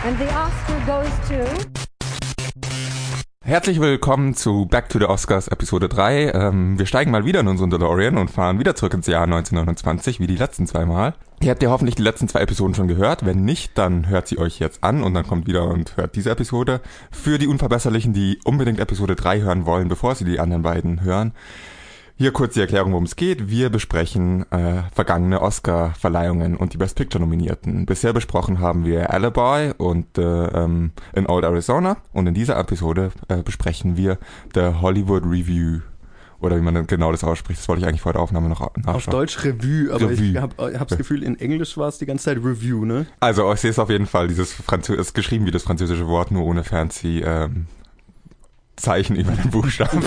And the Oscar goes to... Herzlich willkommen zu Back to the Oscars Episode 3. Wir steigen mal wieder in unseren DeLorean und fahren wieder zurück ins Jahr 1929, wie die letzten zwei Mal. Ihr habt ja hoffentlich die letzten zwei Episoden schon gehört. Wenn nicht, dann hört sie euch jetzt an und dann kommt wieder und hört diese Episode. Für die Unverbesserlichen, die unbedingt Episode 3 hören wollen, bevor sie die anderen beiden hören, hier kurz die Erklärung, worum es geht. Wir besprechen vergangene Oscar-Verleihungen und die Best Picture-Nominierten. Bisher besprochen haben wir Alibi und In Old Arizona. Und in dieser Episode besprechen wir The Hollywood Review. Oder wie man genau das ausspricht. Das wollte ich eigentlich vor der Aufnahme noch nachschauen. Auf Deutsch Revue, aber Revue. ich hab das Gefühl, in Englisch war es die ganze Zeit Review, ne? Also ich sehe es auf jeden Fall. Ist geschrieben wie das französische Wort, nur ohne fancy Zeichen über den Buchstaben.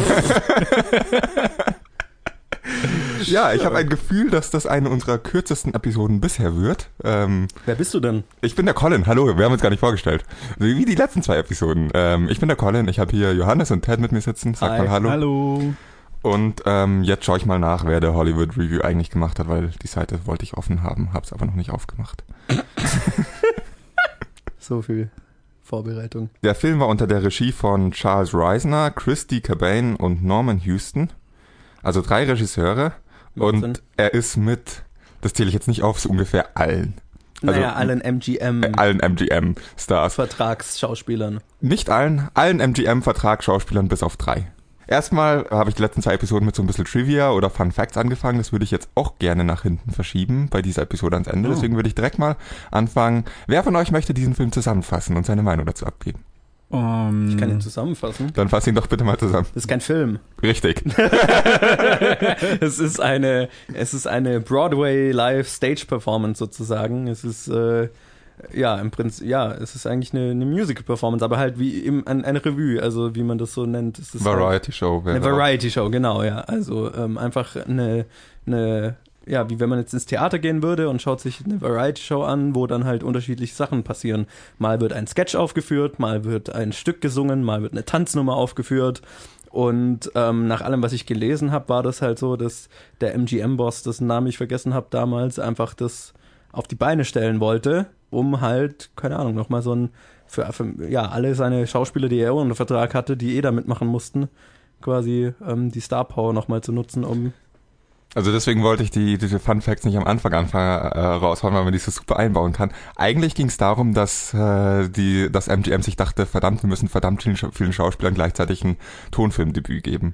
Ja, ich habe ein Gefühl, dass das eine unserer kürzesten Episoden bisher wird. Wer bist du denn? Ich bin der Colin, hallo, wir haben uns gar nicht vorgestellt. Wie die letzten zwei Episoden. Ich bin der Colin, ich habe hier Johannes und Ted mit mir sitzen. Sag mal hallo. Hallo. Und jetzt schaue ich mal nach, wer der Hollywood Review eigentlich gemacht hat, weil die Seite wollte ich offen haben, habe es aber noch nicht aufgemacht. So viel Vorbereitung. Der Film war unter der Regie von Charles Reisner, Christy Cabane und Norman Huston. Also 3 Regisseure. Und er ist mit, das zähle ich jetzt nicht auf, so ungefähr allen. Also allen MGM. Allen MGM-Stars. Vertragsschauspielern. Nicht allen MGM-Vertragsschauspielern bis auf 3. Erstmal habe ich die letzten 2 Episoden mit so ein bisschen Trivia oder Fun Facts angefangen. Das würde ich jetzt auch gerne nach hinten verschieben bei dieser Episode ans Ende. Deswegen würde ich direkt mal anfangen. Wer von euch möchte diden Film zusammenfassen und seine Meinung dazu abgeben? Ich kann ihn zusammenfassen. Dann fass ihn doch bitte mal zusammen. Das ist kein Film. Richtig. Es ist eine Broadway Live Stage Performance sozusagen. Es ist im Prinzip, es ist eigentlich eine Musical Performance, aber halt wie eine Revue, also wie man das so nennt. Es ist Variety Show. Eine Variety Show, genau, ja. Also einfach eine wie wenn man jetzt ins Theater gehen würde und schaut sich eine Variety-Show an, wo dann halt unterschiedliche Sachen passieren. Mal wird ein Sketch aufgeführt, mal wird ein Stück gesungen, mal wird eine Tanznummer aufgeführt. Und nach allem, was ich gelesen habe, war das halt so, dass der MGM-Boss, dessen Namen ich vergessen habe damals, einfach das auf die Beine stellen wollte, um halt, keine Ahnung, nochmal so ein, für alle seine Schauspieler, die er unter Vertrag hatte, die da mitmachen mussten, quasi die Star Power nochmal zu nutzen, um... Also deswegen wollte ich diese Fun Facts nicht am Anfang raushauen, weil man die so super einbauen kann. Eigentlich ging es darum, dass das MGM sich dachte, verdammt, wir müssen verdammt vielen Schauspielern gleichzeitig ein Tonfilmdebüt geben.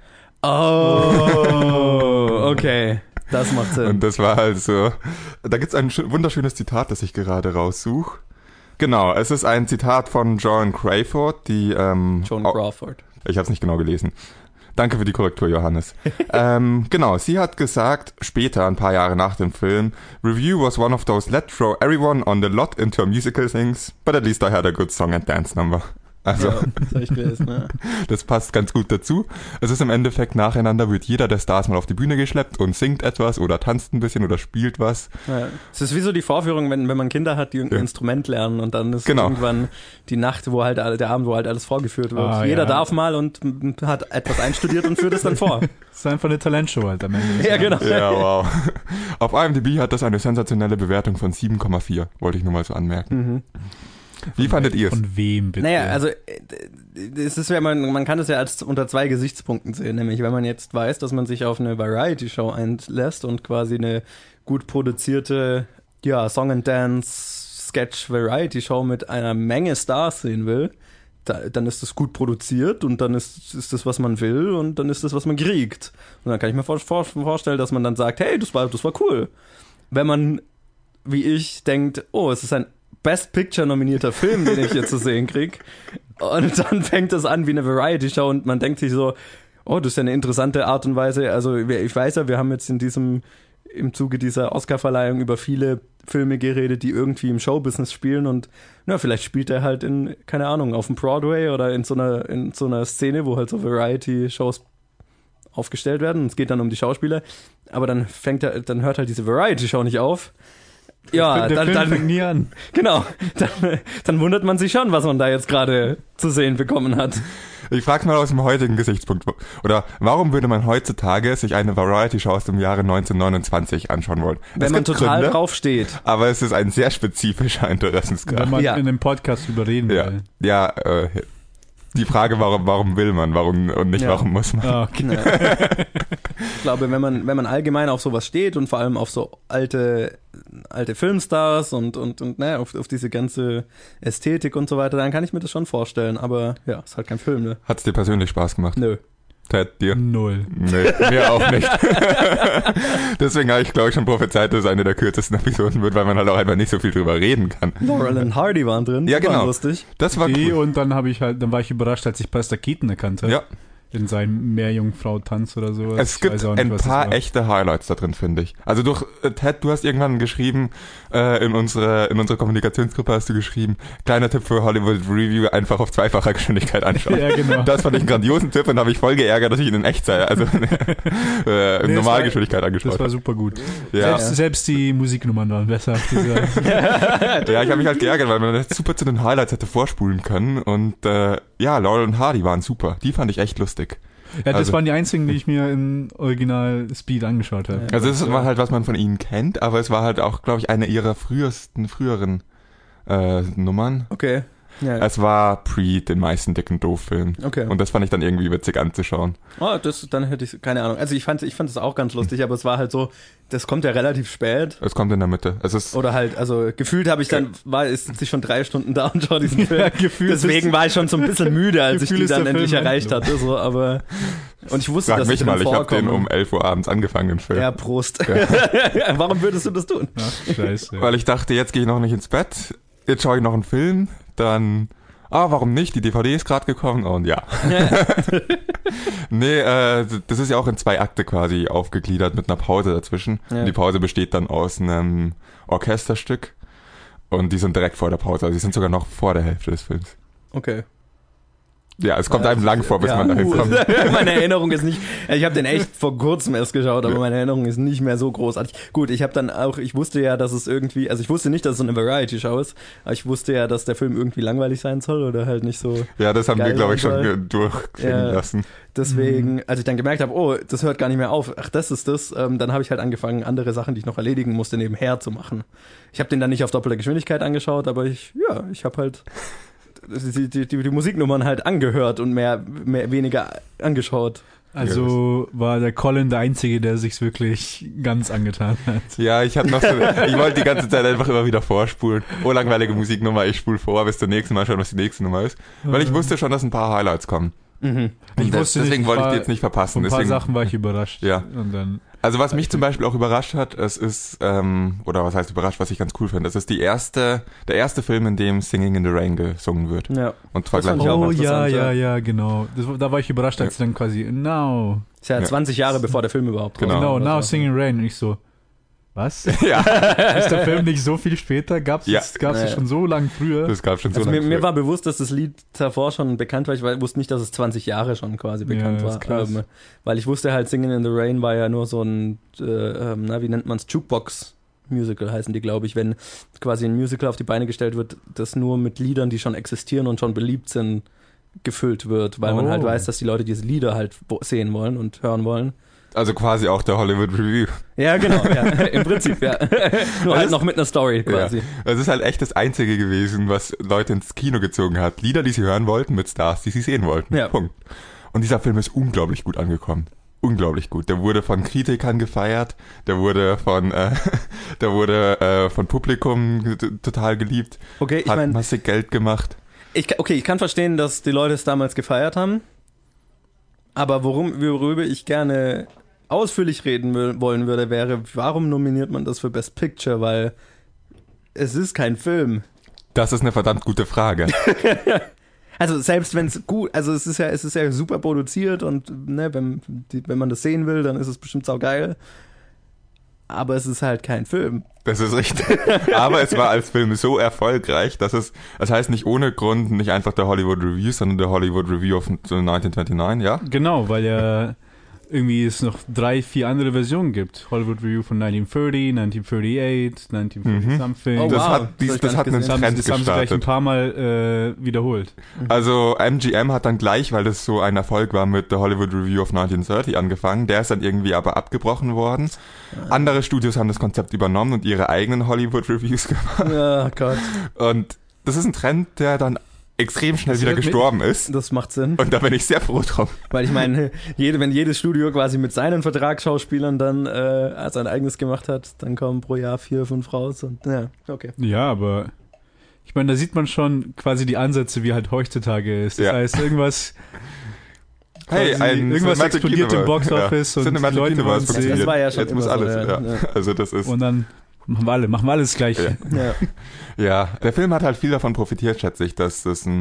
Oh, okay. Das macht Sinn. Und das war halt so. Da gibt's ein wunderschönes Zitat, das ich gerade raussuche. Genau, es ist ein Zitat von Joan Crawford, Joan Crawford. Ich habe es nicht genau gelesen. Danke für die Korrektur, Johannes. Genau, sie hat gesagt, später, ein paar Jahre nach dem Film, Review was one of those let throw everyone on the lot into a musical things, but at least I had a good song and dance number. Also, ja, das hab ich gelesen, ja. Das passt ganz gut dazu. Es ist im Endeffekt nacheinander, wird jeder der Stars mal auf die Bühne geschleppt und singt etwas oder tanzt ein bisschen oder spielt was. Ja, es ist wie so die Vorführung, wenn man Kinder hat, die irgendein Instrument lernen und dann ist irgendwann die Nacht, der Abend, wo halt alles vorgeführt wird. Jeder darf mal und hat etwas einstudiert und führt es dann vor. Das ist einfach eine Talentshow halt am Ende. Ja, genau. Ja, wow. Auf IMDb hat das eine sensationelle Bewertung von 7,4, wollte ich nur mal so anmerken. Mhm. Wie fandet ihr es? Von wem bitte? Naja, also es ist, man kann es ja unter 2 Gesichtspunkten sehen, nämlich wenn man jetzt weiß, dass man sich auf eine Variety-Show einlässt und quasi eine gut produzierte Song and Dance Sketch Variety-Show mit einer Menge Stars sehen will, dann ist das gut produziert und dann ist das, was man will und dann ist das, was man kriegt. Und dann kann ich mir vorstellen, dass man dann sagt, hey, das war cool. Wenn man, wie ich, denkt, oh, es ist ein Best Picture nominierter Film, den ich hier zu sehen krieg. Und dann fängt das an wie eine Variety-Show und man denkt sich so, oh, das ist ja eine interessante Art und Weise. Also ich weiß ja, wir haben jetzt im Zuge dieser Oscar-Verleihung über viele Filme geredet, die irgendwie im Showbusiness spielen und vielleicht spielt er halt keine Ahnung, auf dem Broadway oder in so einer Szene, wo halt so Variety-Shows aufgestellt werden und es geht dann um die Schauspieler. Aber dann hört halt diese Variety-Show nicht auf. Ja, Der Film fängt dann nie an. genau. Dann wundert man sich schon, was man da jetzt gerade zu sehen bekommen hat. Ich frage mal aus dem heutigen Gesichtspunkt. Oder warum würde man heutzutage sich eine Variety-Show aus dem Jahre 1929 anschauen wollen? Wenn Es man gibt total Gründe, drauf steht. aber es ist ein sehr spezifischer Interessensgrad. Wenn man Ja. in einem Podcast überreden Ja, will. ja die Frage, warum will man, warum und nicht Ja. warum muss man. Ah, okay. Ja. Ich glaube, wenn man allgemein auf sowas steht und vor allem auf so alte Filmstars und ne, auf diese ganze Ästhetik und so weiter, dann kann ich mir das schon vorstellen. Aber ja, ist halt kein Film, ne? Hat's dir persönlich Spaß gemacht? Nö. Ted, dir? Null. Nee, mir auch nicht. Deswegen habe ich, glaube ich, schon prophezeit, dass es eine der kürzesten Episoden wird, weil man halt auch einfach nicht so viel drüber reden kann. Laurel und Hardy waren drin. Ja, die waren genau. lustig. Das war Die cool. und dann war ich überrascht, als ich Buster Keaton erkannte. Ja, In seinem Meerjungfrau-Tanz oder sowas. es Ich gibt weiß auch nicht, ein was das paar war. echte Highlights da drin, finde ich. Also Ted, du hast irgendwann geschrieben, in unsere Kommunikationsgruppe hast du geschrieben, kleiner Tipp für Hollywood Review, einfach auf zweifacher Geschwindigkeit anschauen. Ja, genau. Das fand ich einen grandiosen Tipp und habe ich voll geärgert, dass ich ihn in Echtzeit, also in Nee, Normalgeschwindigkeit Das angeschaut war habe. super gut. Ja. Selbst die Musiknummern waren besser. Auf dieser Ja, ich habe mich halt geärgert, weil man das super zu den Highlights hätte vorspulen können und ja, Laurel und Hardy waren super. Die fand ich echt lustig. Ja, das Also- waren die einzigen, die ich mir in Original Speed angeschaut habe. Also das war halt, was man von ihnen kennt, aber es war halt auch, glaube ich, eine ihrer früheren Nummern. Okay. Ja. Es war pre den meisten dicken Doof-Filmen. Okay. Und das fand ich dann irgendwie witzig anzuschauen. Oh, dann hätte ich keine Ahnung. Also ich fand es auch ganz lustig, aber es war halt so, das kommt ja relativ spät. Es kommt in der Mitte. Es ist Oder halt, also gefühlt habe ich dann, sitze ich schon 3 Stunden da und schaue diesen Film. Ja, gefühlt Deswegen war ich schon so ein bisschen müde, als ich Gefühl die ist dann der endlich Film erreicht hatte. So, aber und ich wusste, Frag dass mich ich mal, ich habe den vorkomme. um 11 Uhr abends angefangen, den Film. Ja, Prost. Warum würdest du das tun? Ach, scheiße. Weil ich dachte, jetzt gehe ich noch nicht ins Bett, jetzt schaue ich noch einen Film, dann, warum nicht, die DVD ist gerade gekommen und ja. Nee, das ist ja auch in 2 Akte quasi aufgegliedert mit einer Pause dazwischen. Ja. Und die Pause besteht dann aus einem Orchesterstück und die sind direkt vor der Pause, also die sind sogar noch vor der Hälfte des Films. Okay. Ja, es kommt einem lang vor, bis man dahin kommt. Meine Erinnerung ist nicht, ich habe den echt vor kurzem erst geschaut, aber meine Erinnerung ist nicht mehr so großartig. Gut, ich wusste ja, dass es irgendwie, also ich wusste nicht, dass es so eine Variety-Show ist, aber ich wusste ja, dass der Film irgendwie langweilig sein soll oder halt nicht so. Ja, das haben wir, Geil glaube ich, schon sein durchklingen Ja. lassen. Deswegen, als ich dann gemerkt habe, oh, das hört gar nicht mehr auf, ach, das ist das, dann habe ich halt angefangen, andere Sachen, die ich noch erledigen musste, nebenher zu machen. Ich habe den dann nicht auf doppelter Geschwindigkeit angeschaut, aber ich habe halt die Musiknummern halt angehört und weniger angeschaut. Also war der Colin der Einzige, der sich's wirklich ganz angetan hat. Ja, ich wollte die ganze Zeit einfach immer wieder vorspulen. Oh, langweilige Musiknummer, ich spule vor, bis zum nächsten Mal schauen, was die nächste Nummer ist. Weil ich wusste schon, dass ein paar Highlights kommen. Mhm. Und deswegen wollte ich die jetzt nicht verpassen. Von ein paar Deswegen, Sachen war ich überrascht. Ja. Und dann, also was mich zum Beispiel auch überrascht hat, es ist, oder was heißt überrascht, was ich ganz cool finde, es ist der erste Film, in dem Singing in the Rain gesungen wird. Ja. Und zwar Das fand gleich ich auch oh interessant, ja, genau. Da war ich überrascht, als sie dann quasi, now. Ist ja Ja. 20 Jahre bevor der Film überhaupt Genau. rauskam. Now Also, Singing Rain. Und ich so, was? Ja, Ist der Film nicht so viel später? Gab's Ja. es Ja. schon so lang früher? das gab schon so Also lange. mir war bewusst, dass das Lied davor schon bekannt war. Ich wusste nicht, dass es 20 Jahre schon quasi bekannt das war. ist krass. Weil ich wusste halt, Singing in the Rain war ja nur so ein, wie nennt man's, Jukebox-Musical heißen die, glaube ich. Wenn quasi ein Musical auf die Beine gestellt wird, das nur mit Liedern, die schon existieren und schon beliebt sind, gefüllt wird. Weil man halt Oh. weiß, dass die Leute diese Lieder halt sehen wollen und hören wollen. Also quasi auch der Hollywood Review. Ja, genau, ja. Im Prinzip, ja. Nur halt ist- noch mit einer Story quasi. Ja. Es ist halt echt das Einzige gewesen, was Leute ins Kino gezogen hat. Lieder, die sie hören wollten, mit Stars, die sie sehen wollten. Ja. Punkt. Und dieser Film ist unglaublich gut angekommen. Unglaublich gut. Der wurde von Kritikern gefeiert, der wurde von Publikum total geliebt, Okay, ich hat meine, massig Geld gemacht. ich kann verstehen, dass die Leute es damals gefeiert haben. Aber worüber ich gerne ausführlich reden wollen würde, wäre, warum nominiert man das für Best Picture? Weil es ist kein Film. Das ist eine verdammt gute Frage. Also selbst wenn es gut, also es ist ja super produziert und ne, wenn man das sehen will, dann ist es bestimmt saugeil. Aber es ist halt kein Film. Das ist richtig. Aber es war als Film so erfolgreich, dass das heißt nicht ohne Grund nicht einfach der Hollywood Review, sondern der Hollywood Review of 1929, ja? Genau, weil ja irgendwie es noch 3, 4 andere Versionen gibt. Hollywood Review von 1930, 1938, 1940 something. Oh, Das wow. hat, Das das hat einen Das haben Trend sie gleich ein gestartet. paar Mal wiederholt. Also MGM hat dann gleich, weil das so ein Erfolg war, mit The Hollywood Review of 1930 angefangen. Der ist dann irgendwie aber abgebrochen worden. Andere Studios haben das Konzept übernommen und ihre eigenen Hollywood Reviews gemacht. Ja, Gott. Und das ist ein Trend, der dann extrem schnell Das wieder wird mit- gestorben ist. Das macht Sinn. Und da bin ich sehr froh drum. Weil ich meine, wenn jedes Studio quasi mit seinen Vertragsschauspielern dann sein eigenes gemacht hat, dann kommen pro Jahr 4, 5 raus und ja, okay. Ja, aber ich meine, da sieht man schon quasi die Ansätze, wie halt heutzutage ist. Das Ja. heißt, irgendwas Hey, quasi, irgendwas Cinematic explodiert im Universe. Boxoffice und die Cinematic Leute wollen Universe sehen. funktioniert. Das war ja schon Jetzt muss immer so, alles, ja. ja. Also das ist, Und dann machen wir alles gleich. Ja. ja, der Film hat halt viel davon profitiert, schätze ich, dass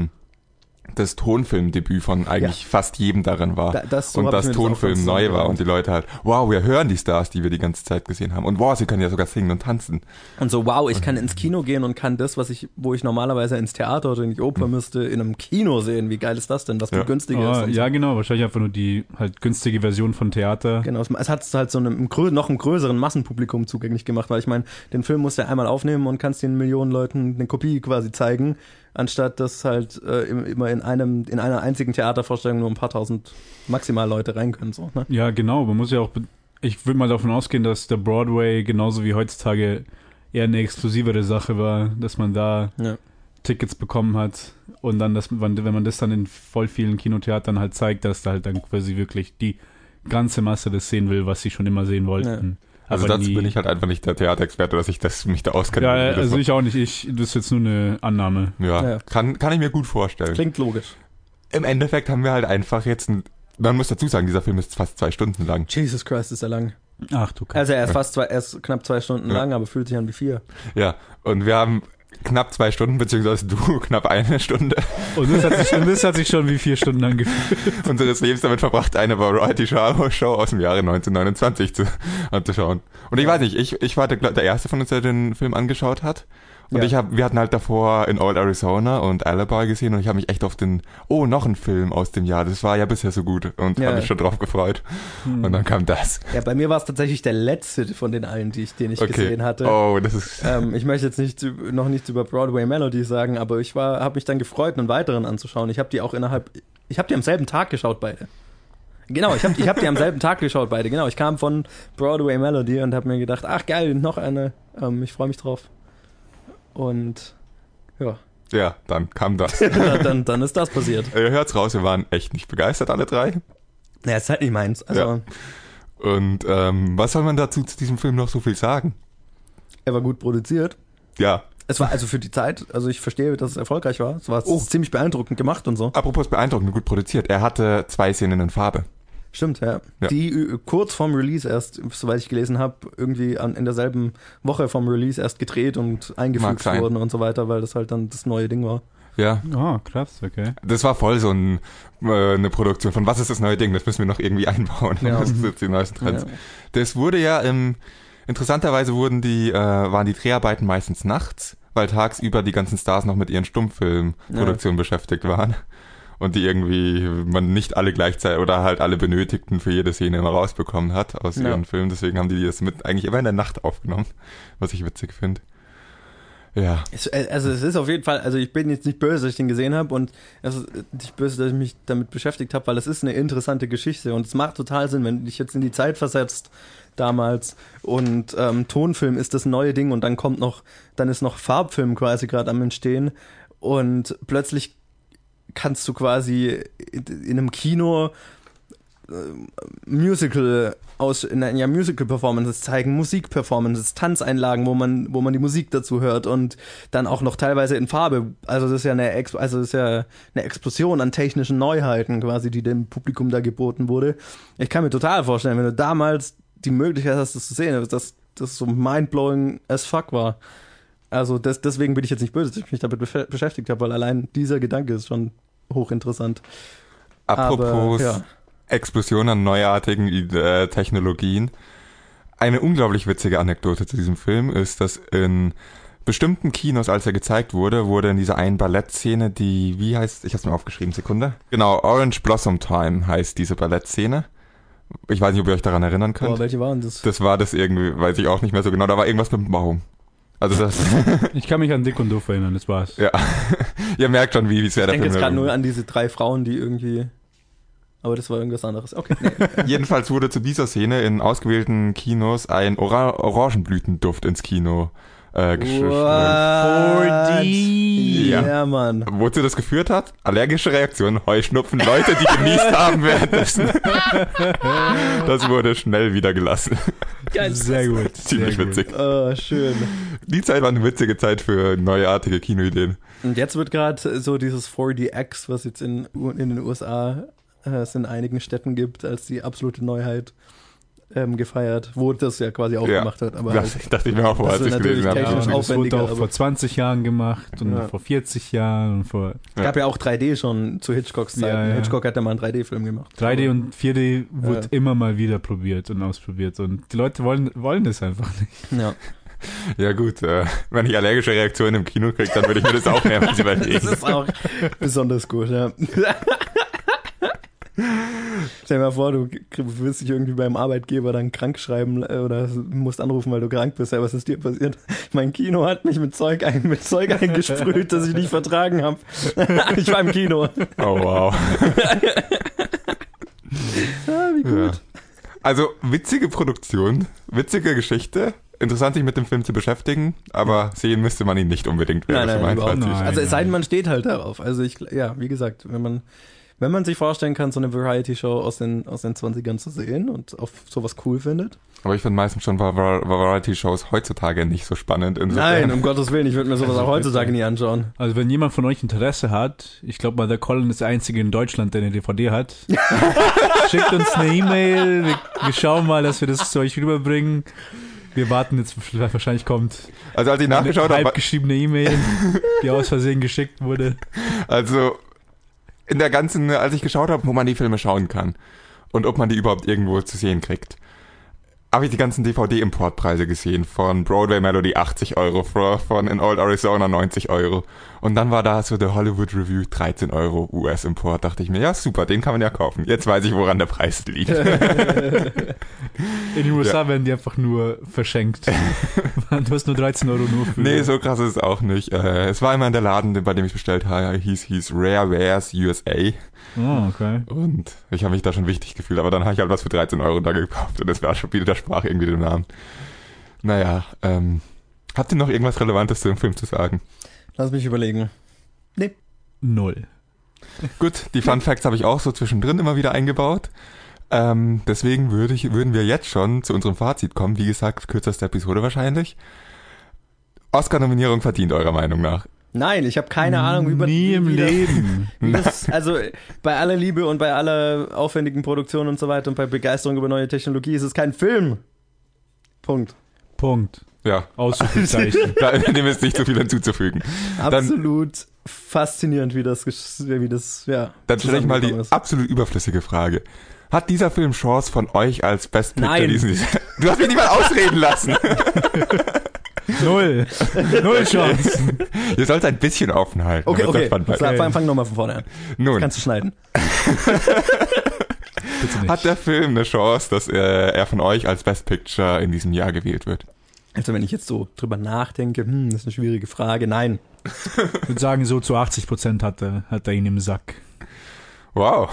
das Tonfilmdebüt von eigentlich fast jedem darin war. So Und hab ich dass mir das auch Tonfilm ganz neu war zusammengedacht. und die Leute halt, wow, wir hören die Stars, die wir die ganze Zeit gesehen haben. Und wow, sie können ja sogar singen und tanzen. Und so, wow, ich kann ins Kino gehen und kann das, wo ich normalerweise ins Theater oder in die Oper müsste, in einem Kino sehen. Wie geil ist das denn, dass Ja. viel günstiger ist? Oh, Und ja, genau, wahrscheinlich einfach nur die halt günstige Version von Theater. Genau, es hat halt so einem noch einem größeren Massenpublikum zugänglich gemacht, weil ich meine, den Film musst du ja einmal aufnehmen und kannst den Millionen Leuten eine Kopie quasi zeigen, anstatt dass halt immer in einer einzigen Theatervorstellung nur ein paar tausend maximal Leute rein können. So, ne? Ja, genau. Man muss ja auch, ich würde mal davon ausgehen, dass der Broadway genauso wie heutzutage eher eine exklusivere Sache war, dass man da Ja. Tickets bekommen hat und dann, wenn man das dann in voll vielen Kinotheatern halt zeigt, dass da halt dann quasi wirklich die ganze Masse das sehen will, was sie schon immer sehen wollten. Also Aber dazu nie- bin ich halt einfach nicht der Theaterexperte, dass ich mich da auskenne. Ja, wie das also so- ich auch nicht. Das ist jetzt nur eine Annahme. ja, Ja. Kann ich mir gut vorstellen. Klingt logisch. Im Endeffekt haben wir halt einfach jetzt man muss dazu sagen, dieser Film ist fast 2 Stunden lang. Jesus Christ, ist er lang. Ach du Also er ist knapp 2 Stunden Ja. lang, aber fühlt sich an wie 4. Ja, und wir haben knapp 2 Stunden, beziehungsweise du knapp 1 Stunde Und das hat sich schon wie 4 Stunden angefühlt. unseres Lebens damit verbracht, eine Variety-Show aus dem Jahre 1929 anzuschauen. Und ich weiß nicht, ich war der Erste von uns, der den Film angeschaut hat. Und Ja. wir hatten halt davor in Old Arizona und Alibi gesehen und ich habe mich echt auf noch ein Film aus dem Jahr, das war ja bisher so gut und Ja. habe mich schon drauf gefreut. Und dann kam das. Ja, bei mir war es tatsächlich der letzte von den allen, den ich gesehen hatte. Oh, das ist... Ich möchte jetzt noch nichts über Broadway Melody sagen, aber ich habe mich dann gefreut, einen weiteren anzuschauen. Ich habe die am selben Tag geschaut, beide. Genau, ich hab die am selben Tag geschaut, beide. Genau, ich kam von Broadway Melody und habe mir gedacht, ach geil, noch eine. Ich freue mich drauf. Und ja, Ja, dann kam das. dann ist das passiert. Ihr hört's raus, wir waren echt nicht begeistert, alle 3. Ja, ist halt nicht meins. Also, Ja. Und was soll man dazu zu diesem Film noch so viel sagen? er war gut produziert. Ja, Es war also für die Zeit, also ich verstehe, dass es erfolgreich war. Es war Oh. ziemlich beeindruckend gemacht und so. apropos beeindruckend, gut produziert. Er hatte 2 Szenen in Farbe. Stimmt, ja. Ja. Die kurz vorm Release erst, soweit ich gelesen habe, irgendwie in derselben Woche vom Release erst gedreht und Mag eingefügt sein. wurden und so weiter, weil das halt dann das neue Ding war. Ja, Oh, krass, okay. das war voll so eine Produktion von, was ist das neue Ding? Das müssen wir noch irgendwie einbauen. Ja. Das sind jetzt die neuesten Trends. Ja. Das wurde ja, interessanterweise waren die Dreharbeiten meistens nachts, weil tagsüber die ganzen Stars noch mit ihren Stummfilmproduktionen beschäftigt waren. Und die irgendwie man nicht alle gleichzeitig oder halt alle Benötigten für jede Szene immer rausbekommen hat aus Ja. ihren Filmen. Deswegen haben die das eigentlich immer in der Nacht aufgenommen, was ich witzig finde. Ja. Also es ist auf jeden Fall, also ich bin jetzt nicht böse, dass ich den gesehen habe und es ist nicht böse, dass ich mich damit beschäftigt habe, weil es ist eine interessante Geschichte und es macht total Sinn, wenn du dich jetzt in die Zeit versetzt damals und Tonfilm ist das neue Ding und dann ist noch Farbfilm quasi gerade am Entstehen und plötzlich kannst du quasi in einem Kino Musical-Performances zeigen, Musikperformances, Tanzeinlagen, wo man die Musik dazu hört und dann auch noch teilweise in Farbe. Also das ist ja eine Explosion an technischen Neuheiten quasi, die dem Publikum da geboten wurde. Ich kann mir total vorstellen, wenn du damals die Möglichkeit hast, das zu sehen, dass das so mindblowing as fuck war. Also deswegen bin ich jetzt nicht böse, dass ich mich damit beschäftigt habe, weil allein dieser Gedanke ist schon hochinteressant. Apropos Aber, ja. Explosion an neuartigen Technologien. Eine unglaublich witzige Anekdote zu diesem Film ist, dass in bestimmten Kinos, als er gezeigt wurde in dieser einen Ballettszene, ich hab's mir aufgeschrieben, Sekunde. Genau, Orange Blossom Time heißt diese Ballettszene. Ich weiß nicht, ob ihr euch daran erinnern könnt. Boah, welche waren das? Das war das irgendwie, weiß ich auch nicht mehr so genau. Da war irgendwas mit dem Baum. Also das, Ich kann mich an Dick und Doof erinnern, das war's. ja. Ihr merkt schon, wie sehr Ich der denke Film jetzt gerade nur an diese 3 Frauen, die irgendwie... Aber das war irgendwas anderes. Okay, nee. Jedenfalls wurde zu dieser Szene in ausgewählten Kinos ein Orangenblütenduft ins Kino geschrieben. What? 4D. Ja, Mann. Wozu das geführt hat? Allergische Reaktionen, Heuschnupfen, Leute, die genießt haben währenddessen. Das wurde schnell wieder gelassen. Sehr gut. Ziemlich sehr gut. witzig. Oh, schön. Die Zeit war eine witzige Zeit für neuartige Kinoideen. Und jetzt wird gerade so dieses 4DX, was jetzt in den USA es in einigen Städten gibt, als die absolute Neuheit gefeiert, wo das ja quasi auch gemacht hat. Aber Das halt, dachte ich mir auch vor, das als ist ich gelesen natürlich habe. technisch Ja, das wurde aufwendiger, auch aber- vor 20 Jahren gemacht und Ja. vor 40 Jahren und vor es gab ja auch 3D schon zu Hitchcocks Zeiten. Ja, ja. Hitchcock hat ja mal einen 3D-Film gemacht. 3D und 4D wurde Ja. immer mal wieder probiert und ausprobiert und die Leute wollen das einfach nicht. Ja. Ja gut, wenn ich allergische Reaktionen im Kino kriege, dann würde ich mir das auch mehrmals Das überlegen. ist auch besonders gut, ja. Stell dir mal vor, du willst dich irgendwie beim Arbeitgeber dann krank schreiben oder musst anrufen, weil du krank bist. Ja, was ist dir passiert? Mein Kino hat mich mit Zeug eingesprüht, das ich nicht vertragen habe. Ich war im Kino. Oh wow. Wie gut. Ja. Also witzige Produktion, witzige Geschichte. Interessant, sich mit dem Film zu beschäftigen, aber sehen müsste man ihn nicht unbedingt. wäre Nein, so mein überhaupt Fazit. nicht. Nein, Also es sei denn, nein. man steht halt darauf. Also wie gesagt, wenn man sich vorstellen kann, so eine Variety-Show aus den 20ern zu sehen und auf sowas cool findet. Aber ich finde meistens schon Variety-Shows heutzutage nicht so spannend. Insofern. Nein, um Gottes Willen, ich würde mir sowas auch heutzutage nie anschauen. Also wenn jemand von euch Interesse hat, ich glaube mal, der Colin ist der Einzige in Deutschland, der eine DVD hat. Schickt uns eine E-Mail, wir schauen mal, dass wir das zu euch rüberbringen. Wir warten jetzt, wahrscheinlich kommt Also als ich nachgeschaut eine habe, halbgeschriebene E-Mail, die aus Versehen geschickt wurde. also in der ganzen, als ich geschaut habe, wo man die Filme schauen kann und ob man die überhaupt irgendwo zu sehen kriegt, habe ich die ganzen DVD-Importpreise gesehen. Von Broadway Melody 80 Euro, von In Old Arizona 90 Euro. Und dann war da so der Hollywood Review 13 Euro US-Import. Dachte ich mir, ja super, den kann man ja kaufen. Jetzt weiß ich, woran der Preis liegt. In den USA werden die einfach nur verschenkt. Du hast nur 13 Euro nur für... Nee, so krass ist es auch nicht. Es war immer in der Laden, bei dem ich bestellt habe, hieß Rare Wares USA. Oh, okay. Und ich habe mich da schon wichtig gefühlt, aber dann habe ich halt was für 13 Euro da gekauft und das war schon widersprach irgendwie dem Namen. Naja, habt ihr noch irgendwas Relevantes zu dem Film zu sagen? Lass mich überlegen. 0. Gut, die Fun Facts habe ich auch so zwischendrin immer wieder eingebaut. Deswegen würden wir jetzt schon zu unserem Fazit kommen. Wie gesagt, kürzeste Episode wahrscheinlich. Oscar-Nominierung verdient eurer Meinung nach? Nein, ich habe keine Ahnung, Nie im wie das- Leben. wie das, also bei aller Liebe und bei aller aufwendigen Produktion und so weiter und bei Begeisterung über neue Technologie ist es kein Film. Punkt. Punkt. Ja, Ausrufezeichen. dem ist nicht so viel hinzuzufügen. Absolut faszinierend, wie das ja. Dann stelle ich mal die zusammengekommen ist. absolut überflüssige Frage. Hat dieser Film Chance von euch als Best Picture Nein. Du hast mich nicht mal ausreden lassen. 0. 0 Chancen. Ihr sollt ein bisschen offen halten. Okay, damit okay. das Fun bleibt. Fang nochmal von vorne an. Nun, Kannst du schneiden. Bitte nicht. hat der Film eine Chance, dass er von euch als Best Picture in diesem Jahr gewählt wird? Also wenn ich jetzt so drüber nachdenke, das ist eine schwierige Frage. Nein. Ich würde sagen, so zu 80% hat er ihn im Sack. Wow.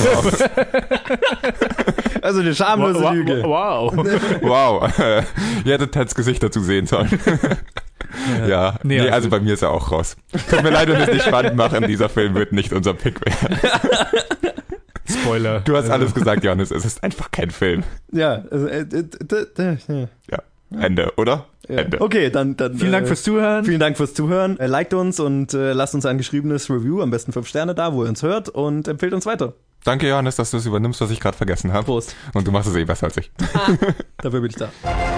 Also eine schamlose Lüge. Wow. Wow. Ihr hättet Teds Gesicht dazu sehen sollen. Ja, Nee, nee, also- also bei mir ist er auch raus. Tut mir leid, wenn wir es nicht spannend machen. Dieser Film wird nicht unser Pick werden. Spoiler. Du hast alles gesagt, Johannes. Es ist einfach kein Film. Ja. Also, ja. Ja. Ende, oder? Ja. Ende. Okay, dann Vielen Dank fürs Zuhören. Vielen Dank fürs Zuhören. Liked uns und lasst uns ein geschriebenes Review, am besten 5 Sterne da, wo ihr uns hört und empfehlt uns weiter. Danke, Johannes, dass du es übernimmst, was ich gerade vergessen habe. Prost. Und du machst es eh besser als ich. Dafür bin ich da.